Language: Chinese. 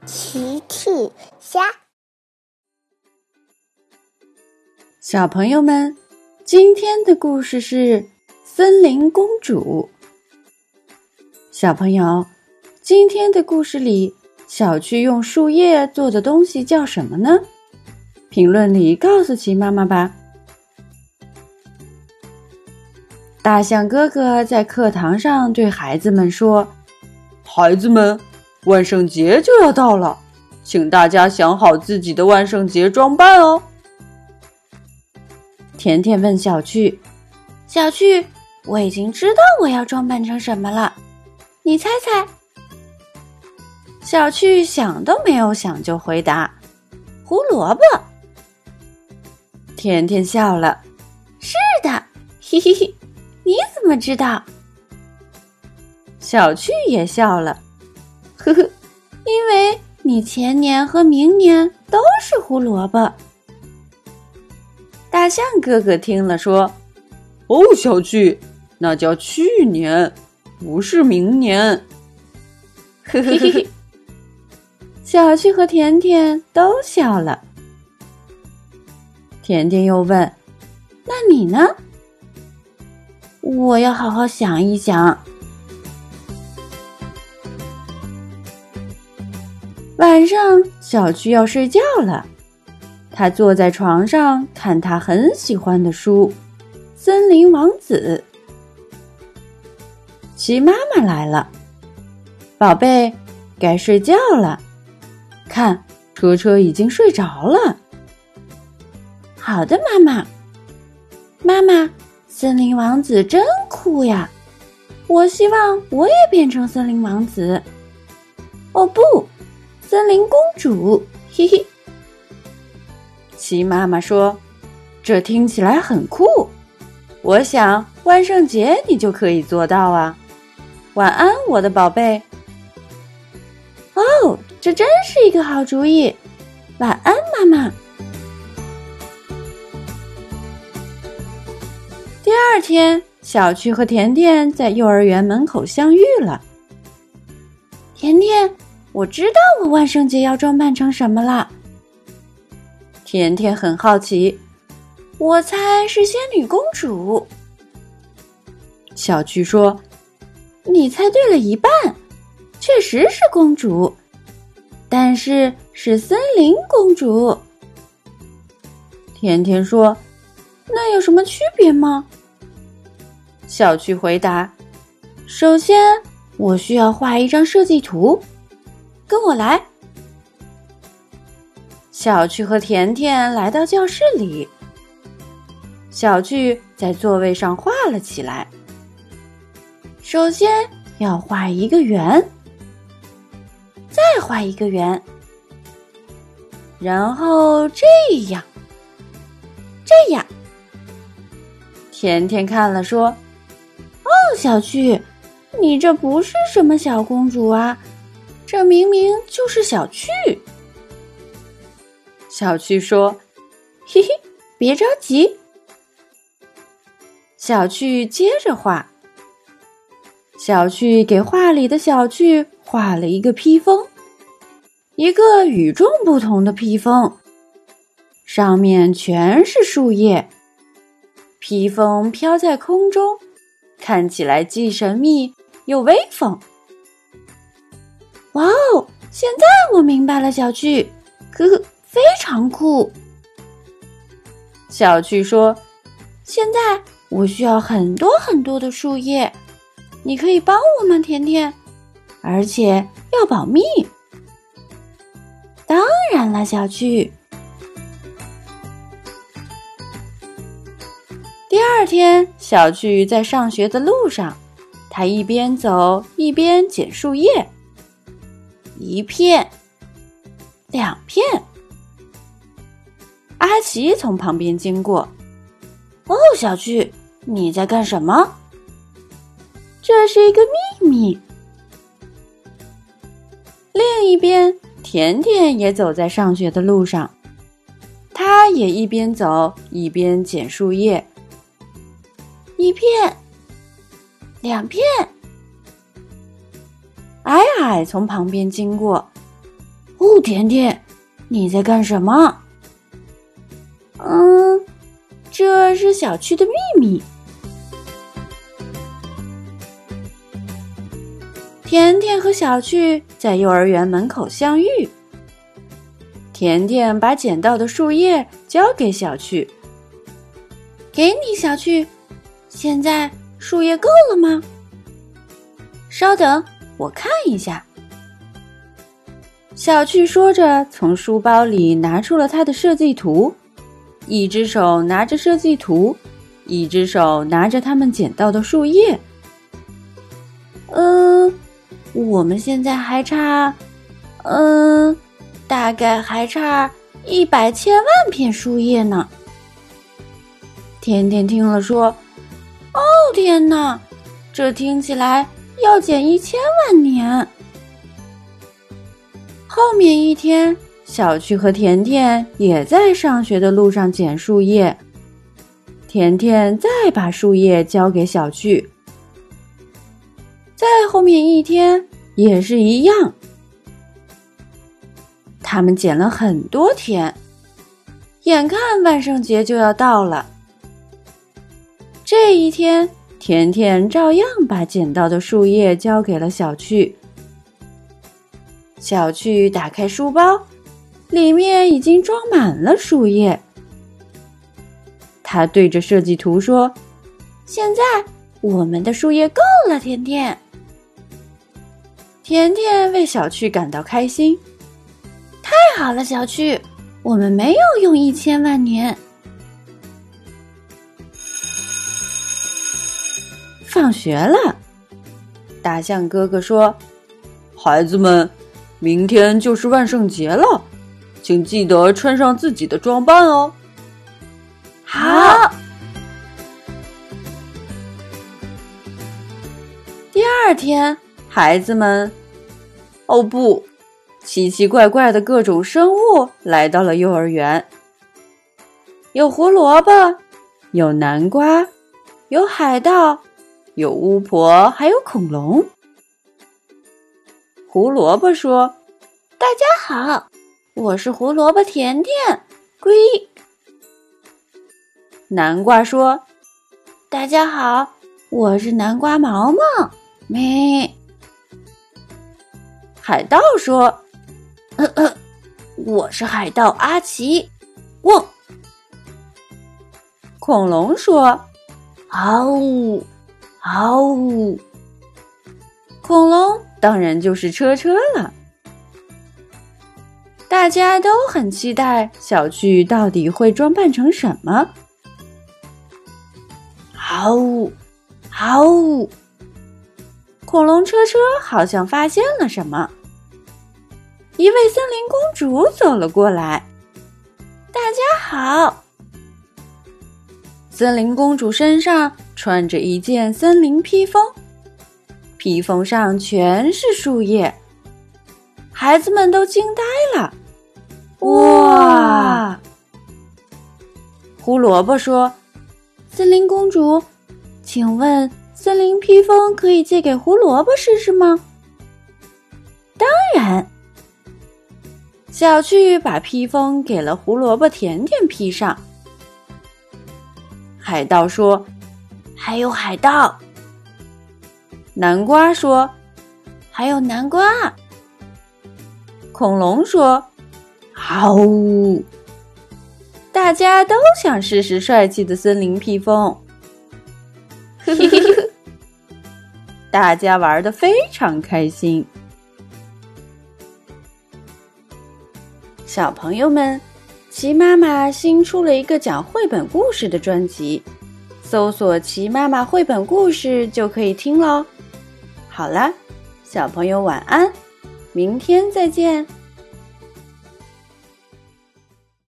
奇趣虾。 小朋友们，今天的故事是森林公主。小朋友，今天的故事里，小趣用树叶做的东西叫什么呢？评论里告诉奇妈妈吧。大象哥哥在课堂上对孩子们说：孩子们，万圣节就要到了，请大家想好自己的万圣节装扮哦。甜甜问小趣： 小趣，我已经知道我要装扮成什么了，你猜猜？ 小趣想都没有想就回答： 胡萝卜。 甜甜笑了： 是的，嘿嘿嘿，你怎么知道？ 小趣也笑了：呵呵， 因为你前年和明年都是胡萝卜。 大象哥哥听了说：哦，小趣，那叫去年，不是明年。呵呵呵呵，小趣和甜甜都笑了。甜甜又问：那你呢？ 我要好好想一想。 晚上，小趣要睡觉了。他坐在床上看他很喜欢的书《森林王子》。奇妈妈来了：宝贝，该睡觉了。看，车车已经睡着了。 好的，妈妈。妈妈，森林王子真酷呀！我希望我也变成森林王子。哦不，森林公主，嘿嘿。 奇妈妈说：这听起来很酷，我想万圣节你就可以做到啊。晚安，我的宝贝。 哦，这真是一个好主意。晚安，妈妈。 第二天，小趣和甜甜在幼儿园门口相遇了。 甜甜，我知道我万圣节要装扮成什么了。 甜甜很好奇， 我猜是仙女公主。 小趣说： 你猜对了一半，确实是公主，但是是森林公主。 甜甜说： 那有什么区别吗？ 小趣回答： 首先，我需要画一张设计图，跟我来。 小趣和甜甜来到教室里，小趣在座位上画了起来。 首先要画一个圆，再画一个圆，然后这样。 甜甜看了说： 哦，小趣，你这不是什么小公主啊，这明明就是小趣。 小趣说： 嘿嘿，别着急。 小趣接着画。小趣给画里的小趣画了一个披风，一个与众不同的披风，上面全是树叶，披风飘在空中，看起来既神秘又威风。 哇哦，现在我明白了，小趣，呵呵，非常酷。 小趣说： 现在我需要很多很多的树叶，你可以帮我吗，甜甜？而且要保密。当然了，小趣。 第二天，小趣在上学的路上，他一边走一边捡树叶。一片，两片。阿奇从旁边经过。 哦，小趣，你在干什么？ 这是一个秘密。另一边，甜甜也走在上学的路上，她也一边走一边捡树叶。 一片，两片。 矮矮从旁边经过。 哦， 哦，甜甜，你在干什么？这是小趣的秘密。甜甜和小趣在幼儿园门口相遇。甜甜把捡到的树叶交给小趣。给你，小趣，现在树叶够了吗？稍等，我看一下。小趣说着，从书包里拿出了他的设计图，一只手拿着设计图，一只手拿着他们捡到的树叶。我们现在还差，大概还差100千万片树叶呢。甜甜听了说：“哦，天哪，这听起来要捡1000万年。”后面一天，小趣和甜甜也在上学的路上捡树叶。甜甜再把树叶交给小趣。再后面一天也是一样，他们捡了很多天，眼看万圣节就要到了。这一天，甜甜照样把捡到的树叶交给了小趣。小趣打开书包，里面已经装满了树叶。他对着设计图说：“现在我们的树叶够了，甜甜。”甜甜为小趣感到开心。太好了，小趣，我们没有用1000万年。放学了，大象哥哥说：“ 孩子们，明天就是万圣节了，请记得穿上自己的装扮哦。” 好。第二天，孩子们， 哦不， 奇奇怪怪的各种生物来到了幼儿园。有胡萝卜，有南瓜，有海盗，有巫婆，还有恐龙。胡萝卜说：“大家好，我是胡萝卜甜甜，龟。”南瓜说：“大家好，我是南瓜毛毛，咩。”海盗说：“我是海盗阿奇，汪。”恐龙说：“嗷呜，嗷呜。”恐龙当然就是车车了。大家都很期待小趣到底会装扮成什么。嗷呜，嗷呜！恐龙车车好像发现了什么。一位森林公主走了过来。大家好。森林公主身上穿着一件森林披风，披风上全是树叶。孩子们都惊呆了。哇！胡萝卜说：“森林公主，请问森林披风可以借给胡萝卜试试吗？”当然。小趣把披风给了胡萝卜甜甜披上。海盗说：“还有海盗。”南瓜说：“还有南瓜。”恐龙说：“嗷呜！”大家都想试试帅气的森林披风。大家玩得非常开心。小朋友们，奇妈妈新出了一个讲绘本故事的专辑，搜索奇妈妈绘本故事就可以听咯。好啦，小朋友晚安，明天再见。